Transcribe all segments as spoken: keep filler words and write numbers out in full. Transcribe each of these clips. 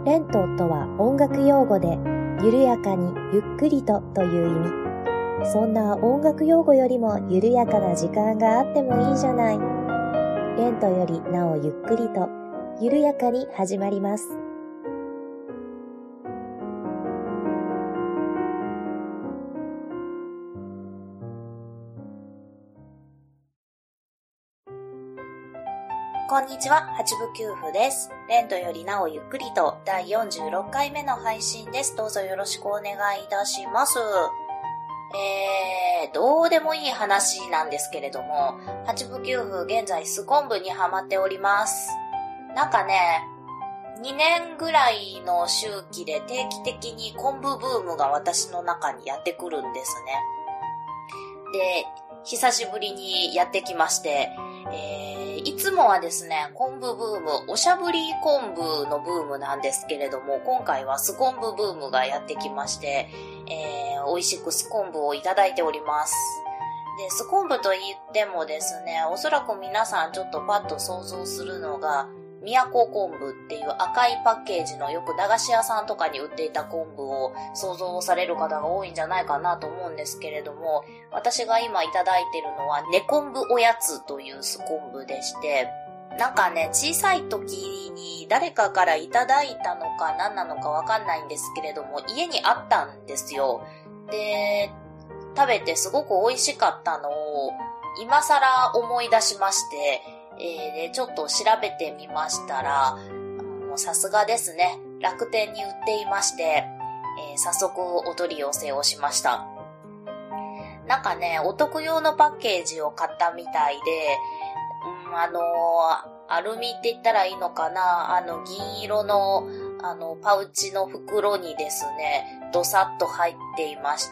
レントとは音楽用語で、緩やかにゆっくりとという意味。そんな音楽用語よりも緩やかな時間があってもいいじゃない。レントよりなおゆっくりと、緩やかに始まります。 こんにちは、八部九夫です。レントよりなおゆっくりとだいよんじゅうろっかいめの配信です。どうぞよろしくお願いいたします。えー、どうでもいい話なんですけれども、八部九夫現在スコンブにハマっております。なんかね、にねんぐらいの周期で定期的に昆布ブームが私の中にやってくるんですね。で、久しぶりにやってきまして、えー、いつもはですね、昆布ブーム、おしゃぶり昆布のブームなんですけれども、今回はスコンブブームがやってきまして、えー、美味しくスコンブをいただいております。で、スコンブと言ってもですね、おそらく皆さんちょっとパッと想像するのが、宮古昆布っていう赤いパッケージのよく駄菓子屋さんとかに売っていた昆布を想像される方が多いんじゃないかなと思うんですけれども、私が今いただいているのは根昆布おやつというスコンブでして、なんかね、小さい時に誰かからいただいたのか何なのかわかんないんですけれども、家にあったんですよ。で、食べてすごく美味しかったのを今更思い出しまして、えー、でちょっと調べてみましたら、もうさすがですね、楽天に売っていまして、えー、早速お取り寄せをしました。なんかね、お得用のパッケージを買ったみたいで、うん、あのー、アルミって言ったらいいのかな、あの銀色のあのパウチの袋にですね、ドサッと入っていまして、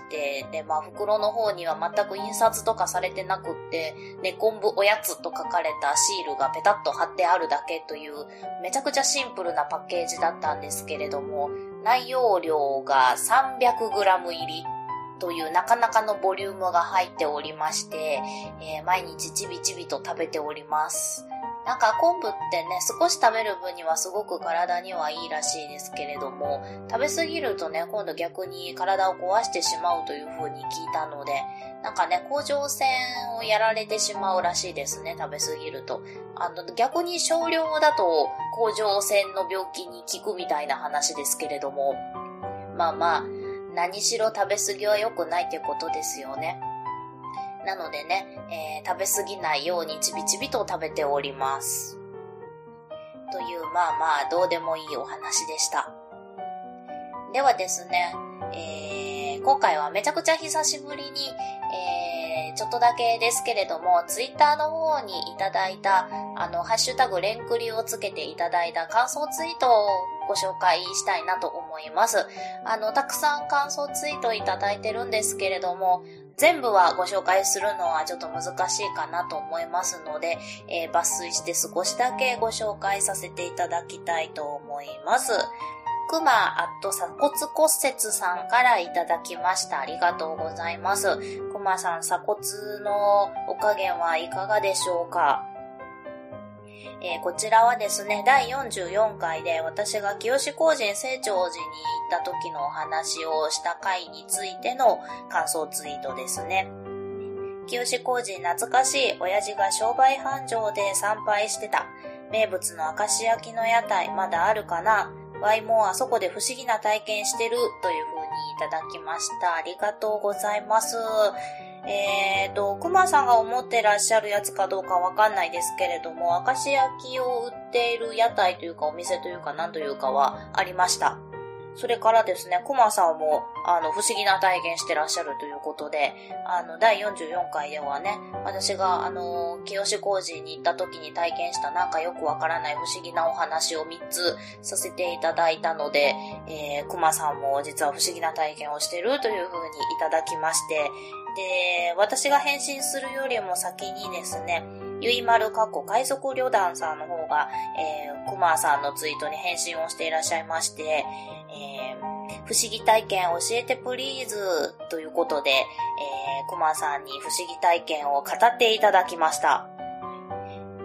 で、まあ袋の方には全く印刷とかされてなくって、根昆布おやつと書かれたシールがペタッと貼ってあるだけという、めちゃくちゃシンプルなパッケージだったんですけれども、内容量が さんびゃくグラム 入りというなかなかのボリュームが入っておりまして、えー、毎日ちびちびと食べております。なんか昆布ってね、少し食べる分にはすごく体にはいいらしいですけれども、食べ過ぎるとね、今度逆に体を壊してしまうというふうに聞いたので、なんかね、甲状腺をやられてしまうらしいですね、食べ過ぎると。あの、逆に少量だと甲状腺の病気に効くみたいな話ですけれども、まあまあ、何しろ食べ過ぎは良くないってことですよね。なのでね、えー、食べ過ぎないようにちびちびと食べております。という、まあまあ、どうでもいいお話でした。ではですね、えー、今回はめちゃくちゃ久しぶりに、えー、ちょっとだけですけれども、ツイッターの方にいただいた、あの、ハッシュタグレンクリをつけていただいた感想ツイートをご紹介したいなと思います。あの、たくさん感想ツイートいただいてるんですけれども、全部はご紹介するのはちょっと難しいかなと思いますので、えー、抜粋して少しだけご紹介させていただきたいと思います。くまアット鎖骨骨折さんからいただきました。ありがとうございます。くまさん、鎖骨のお加減はいかがでしょうか？えー、こちらはですね、だいよんじゅうよんかいで私が清志工人成長寺に行った時のお話をした回についての感想ツイートですね。清志工人懐かしい、親父が商売繁盛で参拝してた。名物の明石焼きの屋台まだあるかな？わいもあそこで不思議な体験してるという風にいただきました。ありがとうございます。えーと、くまさんが思ってらっしゃるやつかどうかわかんないですけれども、明石焼きを売っている屋台というかお店というか何というかはありました。それからですね、くまさんもあの不思議な体験してらっしゃるということで、あのだいよんじゅうよんかいではね、私があの清志工事に行った時に体験したなんかよくわからない不思議なお話をみっつさせていただいたので、えー、くまさんも実は不思議な体験をしているというふうにいただきまして、で、私が返信するよりも先にですね、ゆいまるかっこ海賊旅団さんの方が、えー、くまさんのツイートに返信をしていらっしゃいまして、えー、不思議体験教えてプリーズということで、えー、くまさんに不思議体験を語っていただきました。な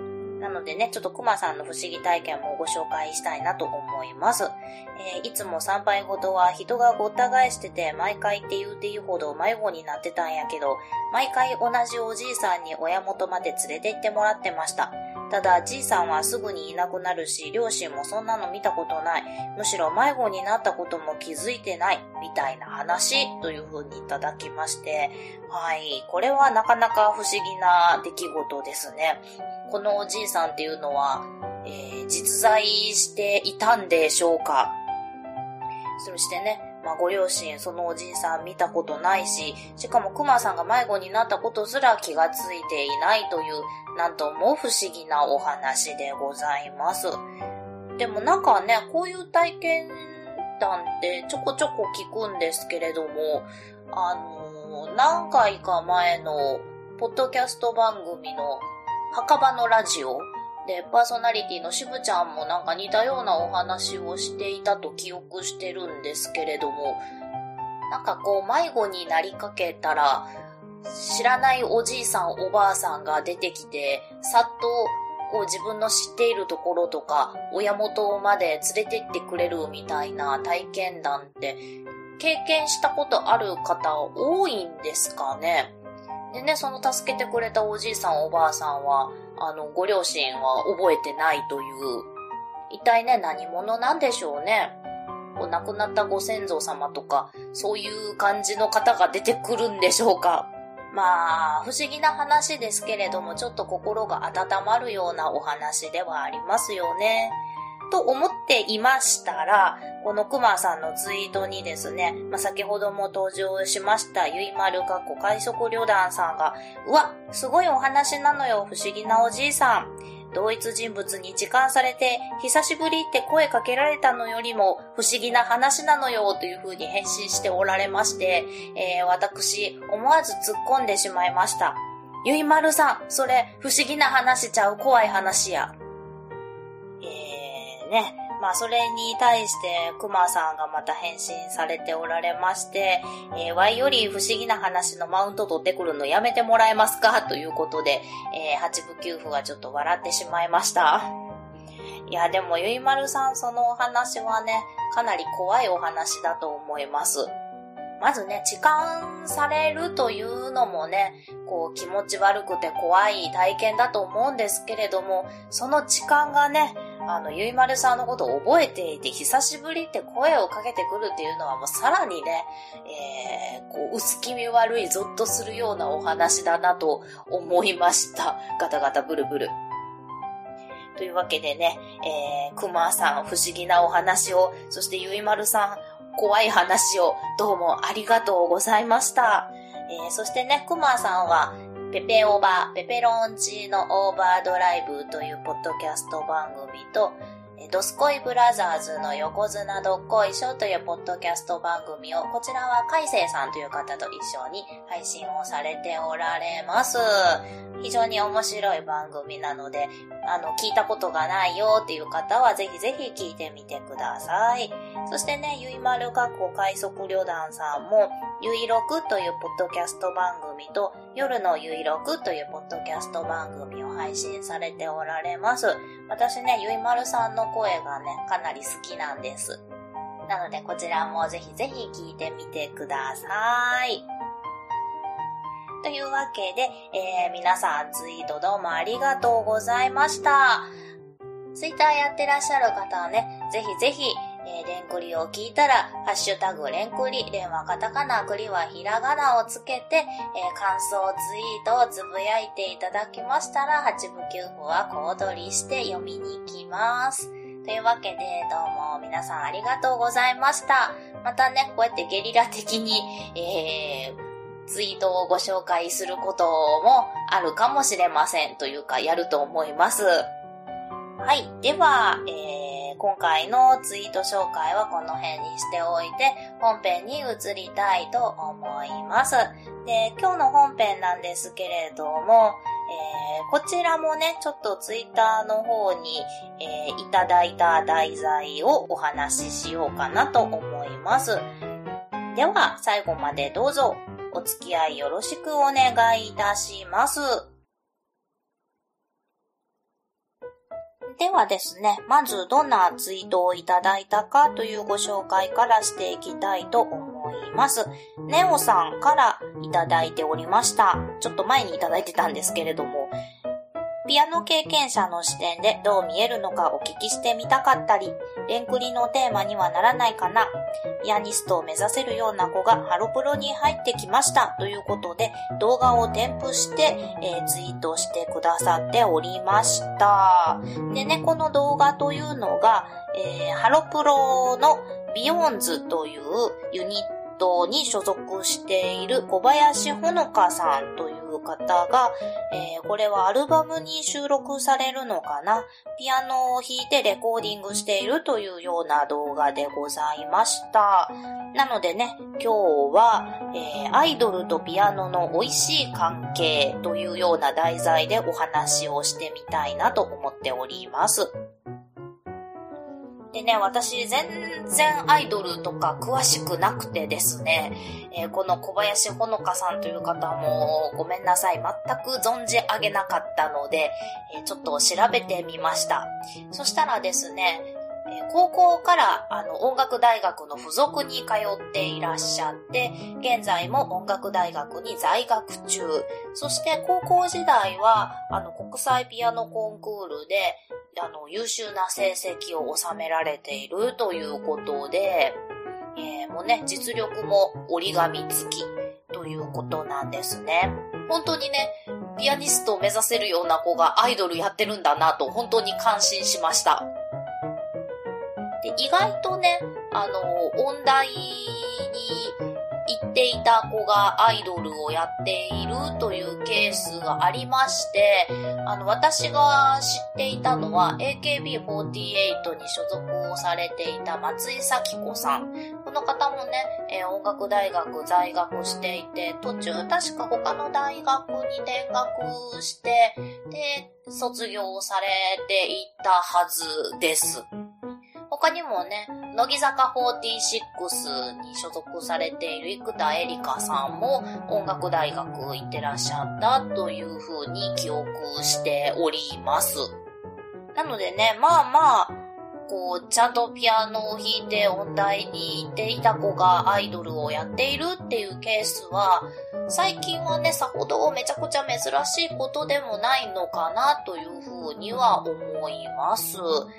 のでね、ちょっと熊さんの不思議体験もご紹介したいなと思います。えー、いつも参拝事は人がごった返してて、毎回って言うて言うほど迷子になってたんやけど、毎回同じおじいさんに親元まで連れて行ってもらってました。ただ、じいさんはすぐにいなくなるし、両親もそんなの見たことない。むしろ迷子になったことも気づいてない、みたいな話という風にいただきまして、はい、これはなかなか不思議な出来事ですね。このおじいさんっていうのは、えー、実在していたんでしょうか。そしてね、まあ、ご両親、そのおじいさん見たことないし、しかも熊さんが迷子になったことすら気がついていないという、なんとも不思議なお話でございます。でもなんかね、こういう体験談ってちょこちょこ聞くんですけれども、あのー、何回か前のポッドキャスト番組の墓場のラジオで、パーソナリティのしぶちゃんもなんか似たようなお話をしていたと記憶してるんですけれども、なんかこう迷子になりかけたら、知らないおじいさんおばあさんが出てきて、さっとこう自分の知っているところとか、親元まで連れてってくれるみたいな体験談って、経験したことある方多いんですかね。でね、その助けてくれたおじいさんおばあさんは、あの、ご両親は覚えてないという、一体ね、何者なんでしょうね。こう亡くなったご先祖様とか、そういう感じの方が出てくるんでしょうか。まあ、不思議な話ですけれども、ちょっと心が温まるようなお話ではありますよね。と思っていましたら、この熊さんのツイートにですね、まあ、先ほども登場しましたゆいまるかっこ快速旅団さんが、うわ、すごいお話なのよ、不思議なおじいさん。同一人物に時間されて、久しぶりって声かけられたのよりも不思議な話なのよという風に返信しておられまして、えー、私、思わず突っ込んでしまいました。ゆいまるさん、それ不思議な話ちゃう、怖い話や。えーね、まあそれに対してくまさんがまた返信されておられまして、えー、わいより不思議な話のマウント取ってくるのやめてもらえますかということで、えー、八部九夫はちょっと笑ってしまいました。いやでもゆいまるさん、そのお話はね、かなり怖いお話だと思います。まずね、痴漢されるというのもね、こう気持ち悪くて怖い体験だと思うんですけれども、その痴漢がね、あの、ゆいまるさんのことを覚えていて、久しぶりって声をかけてくるっていうのはもうさらにね、えー、こう、薄気味悪いゾッとするようなお話だなと思いました。ガタガタブルブル。というわけでね、えー、くまさん不思議なお話を、そしてゆいまるさん怖い話をどうもありがとうございました。えー、そしてね、くまさんはペペオーバー、ペペロンチーノオーバードライブというポッドキャスト番組と、ドスコイブラザーズの横綱どっこいしょというポッドキャスト番組を、こちらは海星さんという方と一緒に配信をされておられます。非常に面白い番組なので、あの、聞いたことがないよっていう方はぜひぜひ聞いてみてください。そしてね、ゆいまるかっこ快速旅団さんも、ゆいろくというポッドキャスト番組と、夜のゆいろくというポッドキャスト番組を配信されておられます。私ね、ゆいまるさんの声がね、かなり好きなんです。なので、こちらもぜひぜひ聞いてみてください。というわけで、えー、皆さんツイートどうもありがとうございました。ツイッターやってらっしゃる方はね、ぜひぜひ、えー、レンクリを聞いたら、ハッシュタグレンクリ、レンはカタカナ、クリはひらがなをつけて、えー、感想ツイートをつぶやいていただきましたら、八部九夫は小躍りして読みに行きます。というわけで、どうも皆さんありがとうございました。またね、こうやってゲリラ的に、えー、ツイートをご紹介することもあるかもしれませんというか、やると思います。はい。では、えー、今回のツイート紹介はこの辺にしておいて、本編に移りたいと思います。で、今日の本編なんですけれども、えー、こちらもね、ちょっとツイッターの方に、えー、いただいた題材をお話ししようかなと思います。では、最後までどうぞお付き合いよろしくお願いいたします。 ではですね、まずどんなツイートをいただいたかというご紹介からしていきたいと思います。ネオさんからいただいておりました。ちょっと前にいただいてたんですけれども、ピアノ経験者の視点でどう見えるのかお聞きしてみたかったり、レンクリのテーマにはならないかな、ピアニストを目指せるような子がハロプロに入ってきましたということで、動画を添付して、えー、ツイートしてくださっておりました。でね、この動画というのが、えー、ハロプロのビヨンズというユニットに所属している小林ほのかさんという方が、えー、これはアルバムに収録されるのかな、ピアノを弾いてレコーディングしているというような動画でございました。なのでね、今日は、えー、アイドルとピアノの美味しい関係というような題材でお話をしてみたいなと思っております。でね、私全然アイドルとか詳しくなくてですね、えー、この小林ほのかさんという方もごめんなさい、全く存じ上げなかったので、えー、ちょっと調べてみました。そしたらですね、えー、高校からあの音楽大学の付属に通っていらっしゃって、現在も音楽大学に在学中。そして高校時代はあの国際ピアノコンクールであの優秀な成績を収められているということで、えー、もうね、実力も折り紙付きということなんですね。本当にね、ピアニストを目指せるような子がアイドルやってるんだなと本当に感心しました。で、意外とね、あの音大に行っていた子がアイドルをやっているというケースがありまして、あの私が知っていたのは エーケービーフォーティーエイト に所属をされていた松井咲子さん。この方もね、えー、音楽大学在学していて、途中確か他の大学に転学して、で、卒業されていたはずです。他にもね、乃木坂フォーティーシックスに所属されている生田絵梨花さんも音楽大学行ってらっしゃったというふうに記憶しております。なのでね、まあまあ、こう、ちゃんとピアノを弾いて音大に行っていた子がアイドルをやっているっていうケースは、最近はね、さほどめちゃくちゃ珍しいことでもないのかなというふうには思います。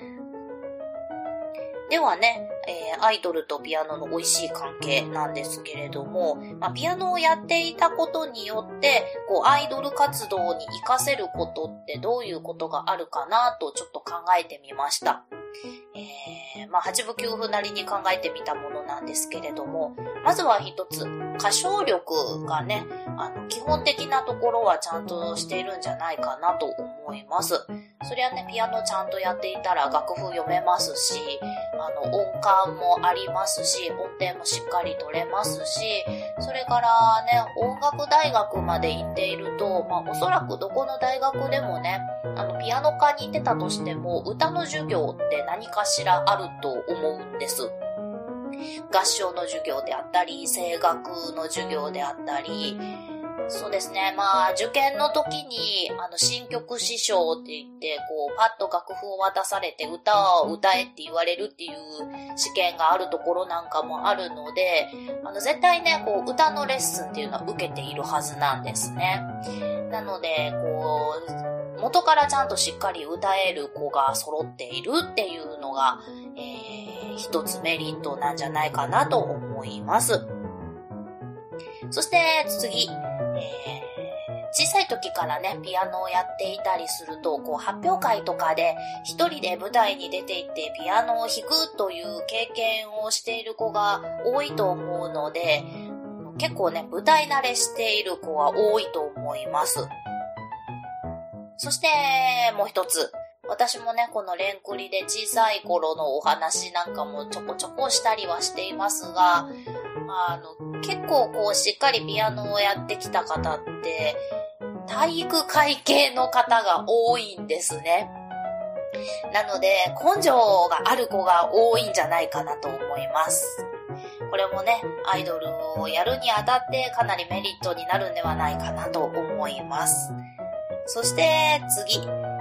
ではね、えー、アイドルとピアノの美味しい関係なんですけれども、まあ、ピアノをやっていたことによって、こう、アイドル活動に活かせることってどういうことがあるかなとちょっと考えてみました。えー、まあ、八部九夫なりに考えてみたものなんですけれども、まずは一つ、歌唱力がね、あの、基本的なところはちゃんとしているんじゃないかなと思います。そりゃね、ピアノちゃんとやっていたら楽譜読めますし、あの、音感もありますし、音程もしっかり取れますし、それからね、音楽大学まで行っていると、まあ、おそらくどこの大学でもね、あの、ピアノ科に行ってたとしても、歌の授業って何かしらあると思うんです。合唱の授業であったり、声楽の授業であったり、そうですね。まあ、受験の時に、あの、新曲師匠って言って、こう、パッと楽譜を渡されて、歌を歌えって言われるっていう試験があるところなんかもあるので、あの、絶対ね、こう、歌のレッスンっていうのは受けているはずなんですね。なので、こう、元からちゃんとしっかり歌える子が揃っているっていうのが、えー、一つメリットなんじゃないかなと思います。そして次、えー、小さい時からね、ピアノをやっていたりすると、こう発表会とかで一人で舞台に出ていってピアノを弾くという経験をしている子が多いと思うので、結構ね、舞台慣れしている子は多いと思います。そしてもう一つ、私もね、このレンクリで小さい頃のお話なんかもちょこちょこしたりはしていますが、あの、結構こうしっかりピアノをやってきた方って体育会系の方が多いんですね。なので根性がある子が多いんじゃないかなと思います。これもね、アイドルをやるにあたってかなりメリットになるんではないかなと思います。そして次、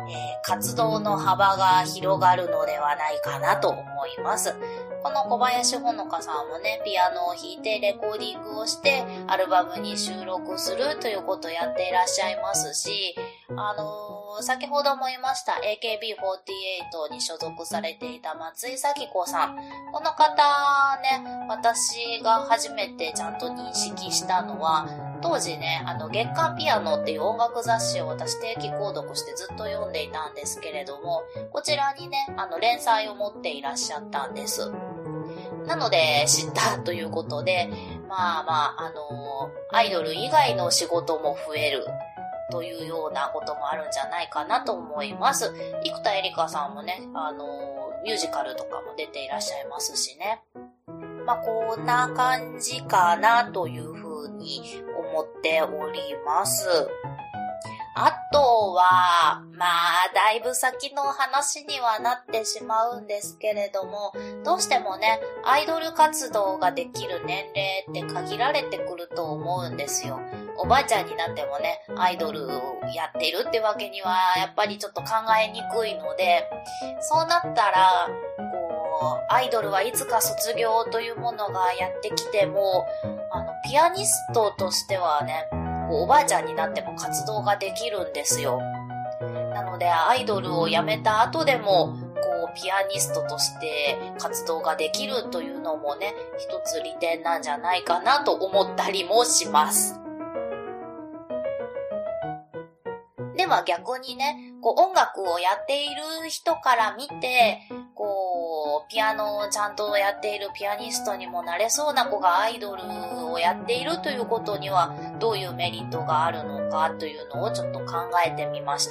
えー、活動の幅が広がるのではないかなと思います。この小林ほのかさんもね、ピアノを弾いてレコーディングをしてアルバムに収録するということをやっていらっしゃいますし、あのー、先ほども言いました エーケービーフォーティーエイト に所属されていた松井咲子さん。この方ね、私が初めてちゃんと認識したのは、当時ね、あの月刊ピアノっていう音楽雑誌を私定期購読してずっと読んでいたんですけれども、こちらにね、あの連載を持っていらっしゃったんです。なので知ったということで、まあまあ、あのー、アイドル以外の仕事も増えるというようなこともあるんじゃないかなと思います。生田絵梨花さんもね、あのー、ミュージカルとかも出ていらっしゃいますしね。まあこんな感じかなというふうに思っております。あとは、まあ、だいぶ先の話にはなってしまうんですけれども、どうしてもね、アイドル活動ができる年齢って限られてくると思うんですよ。おばあちゃんになってもね、アイドルをやってるってわけには、やっぱりちょっと考えにくいので、そうなったら、こう、アイドルはいつか卒業というものがやってきても、あの、ピアニストとしてはね、おばあちゃんになっても活動ができるんですよ。なのでアイドルを辞めた後でもこうピアニストとして活動ができるというのもね、一つ利点なんじゃないかなと思ったりもします。では逆にね、こう音楽をやっている人から見て、こうピアノをちゃんとやっているピアニストにもなれそうな子がアイドルをやっているということにはどういうメリットがあるのかというのをちょっと考えてみました。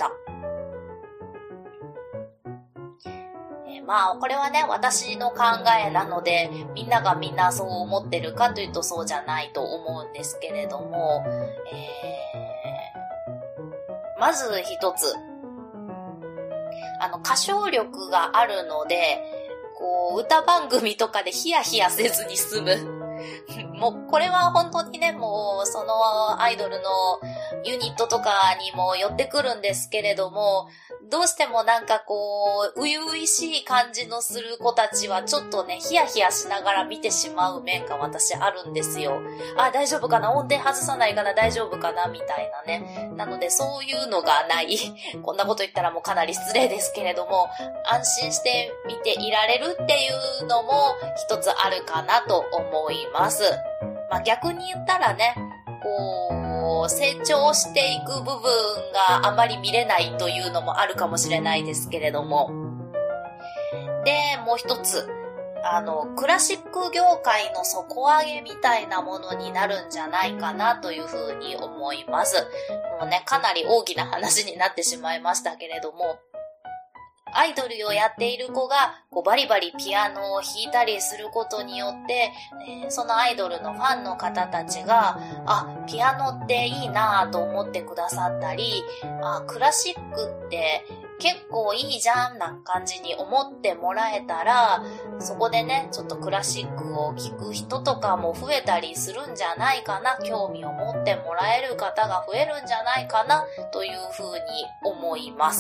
えー、まあこれはね、私の考えなのでみんながみんなそう思ってるかというとそうじゃないと思うんですけれども、えー、まず一つ、あの歌唱力があるので、こう歌番組とかでヒヤヒヤせずに済む。もうこれは本当にね、もうそのアイドルのユニットとかにも寄ってくるんですけれども、どうしてもなんかこう初々しい感じのする子たちはちょっとね、ヒヤヒヤしながら見てしまう面が私あるんですよ。あ、大丈夫かな、音程外さないかな、大丈夫かなみたいなね。なのでそういうのがない。こんなこと言ったらもうかなり失礼ですけれども、安心して見ていられるっていうのも一つあるかなと思います。まあ逆に言ったらね、こう成長していく部分があまり見れないというのもあるかもしれないですけれども。で、もう一つ、あの、クラシック業界の底上げみたいなものになるんじゃないかなというふうに思います。もうね、かなり大きな話になってしまいましたけれども、アイドルをやっている子がこうバリバリピアノを弾いたりすることによって、えー、そのアイドルのファンの方たちが、あ、ピアノっていいなぁと思ってくださったり、あ、クラシックって結構いいじゃんな感じに思ってもらえたら、そこでね、ちょっとクラシックを聴く人とかも増えたりするんじゃないかな、興味を持ってもらえる方が増えるんじゃないかなというふうに思います。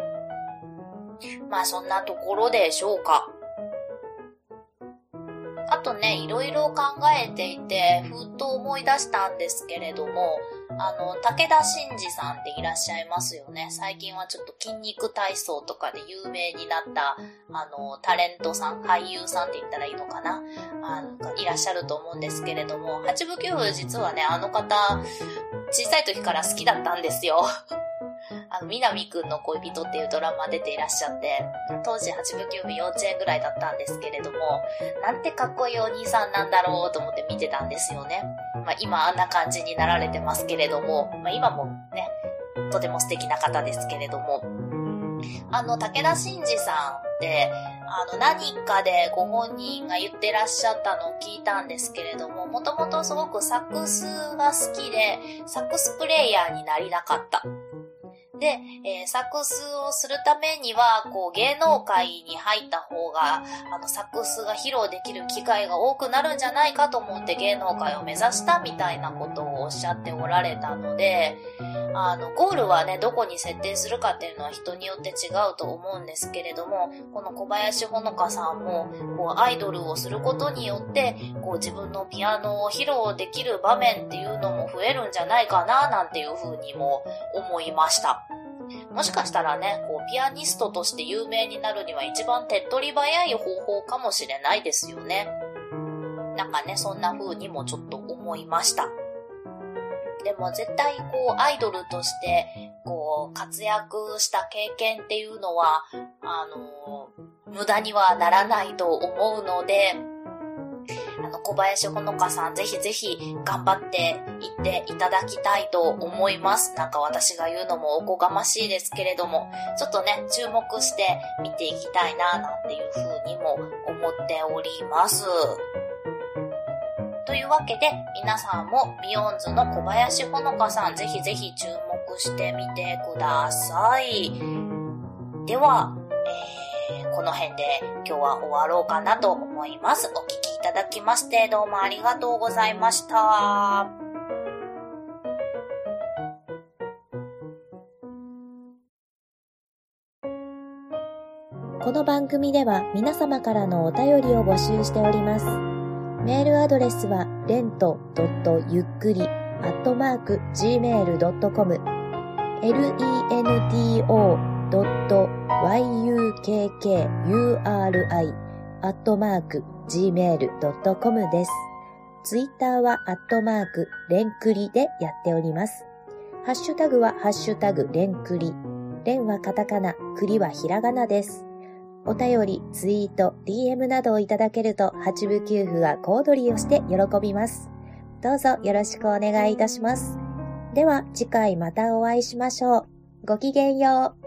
まあそんなところでしょうか。あとね、いろいろ考えていて、ふっと思い出したんですけれども、あの、武田真治さんっていらっしゃいますよね。最近はちょっと筋肉体操とかで有名になった、あの、タレントさん、俳優さんって言ったらいいのかな、あのいらっしゃると思うんですけれども、八部九夫実はね、あの方、小さい時から好きだったんですよ。あの、南くんの恋人っていうドラマ出ていらっしゃって、当時八部九夫幼稚園ぐらいだったんですけれども、なんてかっこいいお兄さんなんだろうと思って見てたんですよね。まあ今あんな感じになられてますけれども、まあ今もね、とても素敵な方ですけれども、あの、武田真治さんって、あの、何かでご本人が言ってらっしゃったのを聞いたんですけれども、もともとすごくサックスが好きで、サックスプレイヤーになりなかった。で、えー、サックスをするためには、こう、芸能界に入った方が、あの、サックスが披露できる機会が多くなるんじゃないかと思って芸能界を目指したみたいなことをおっしゃっておられたので、あの、ゴールはね、どこに設定するかっていうのは人によって違うと思うんですけれども、この小林ほのかさんも、こう、アイドルをすることによって、こう、自分のピアノを披露できる場面っていうのも増えるんじゃないかな、なんていうふうにも思いました。もしかしたらね、こう、ピアニストとして有名になるには一番手っ取り早い方法かもしれないですよね。なんかね、そんな風にもちょっと思いました。でも絶対こうアイドルとしてこう活躍した経験っていうのはあの無駄にはならないと思うので、あの小林ほのかさんぜひぜひ頑張っていっていただきたいと思います。なんか私が言うのもおこがましいですけれども、ちょっとね注目して見ていきたいななんていう風にも思っております。というわけで皆さんもビヨンズの小林ほのかさんぜひぜひ注目してみてください。では、えー、この辺で今日は終わろうかなと思います。お聞きいただきましてどうもありがとうございました。 この番組では皆様からのお便りを募集しております。メールアドレスはレントドットゆっくりアットマークジーメールドットコム レントドットユックリアットマークジーメールドットコム です。ツイッターはアットマークレンクリでやっております。ハッシュタグはハッシュタグレンクリ。レンはカタカナ、クリはひらがなです。お便り、ツイート、ディーエム などをいただけると、八部九夫が小躍りをして喜びます。どうぞよろしくお願いいたします。では、次回またお会いしましょう。ごきげんよう。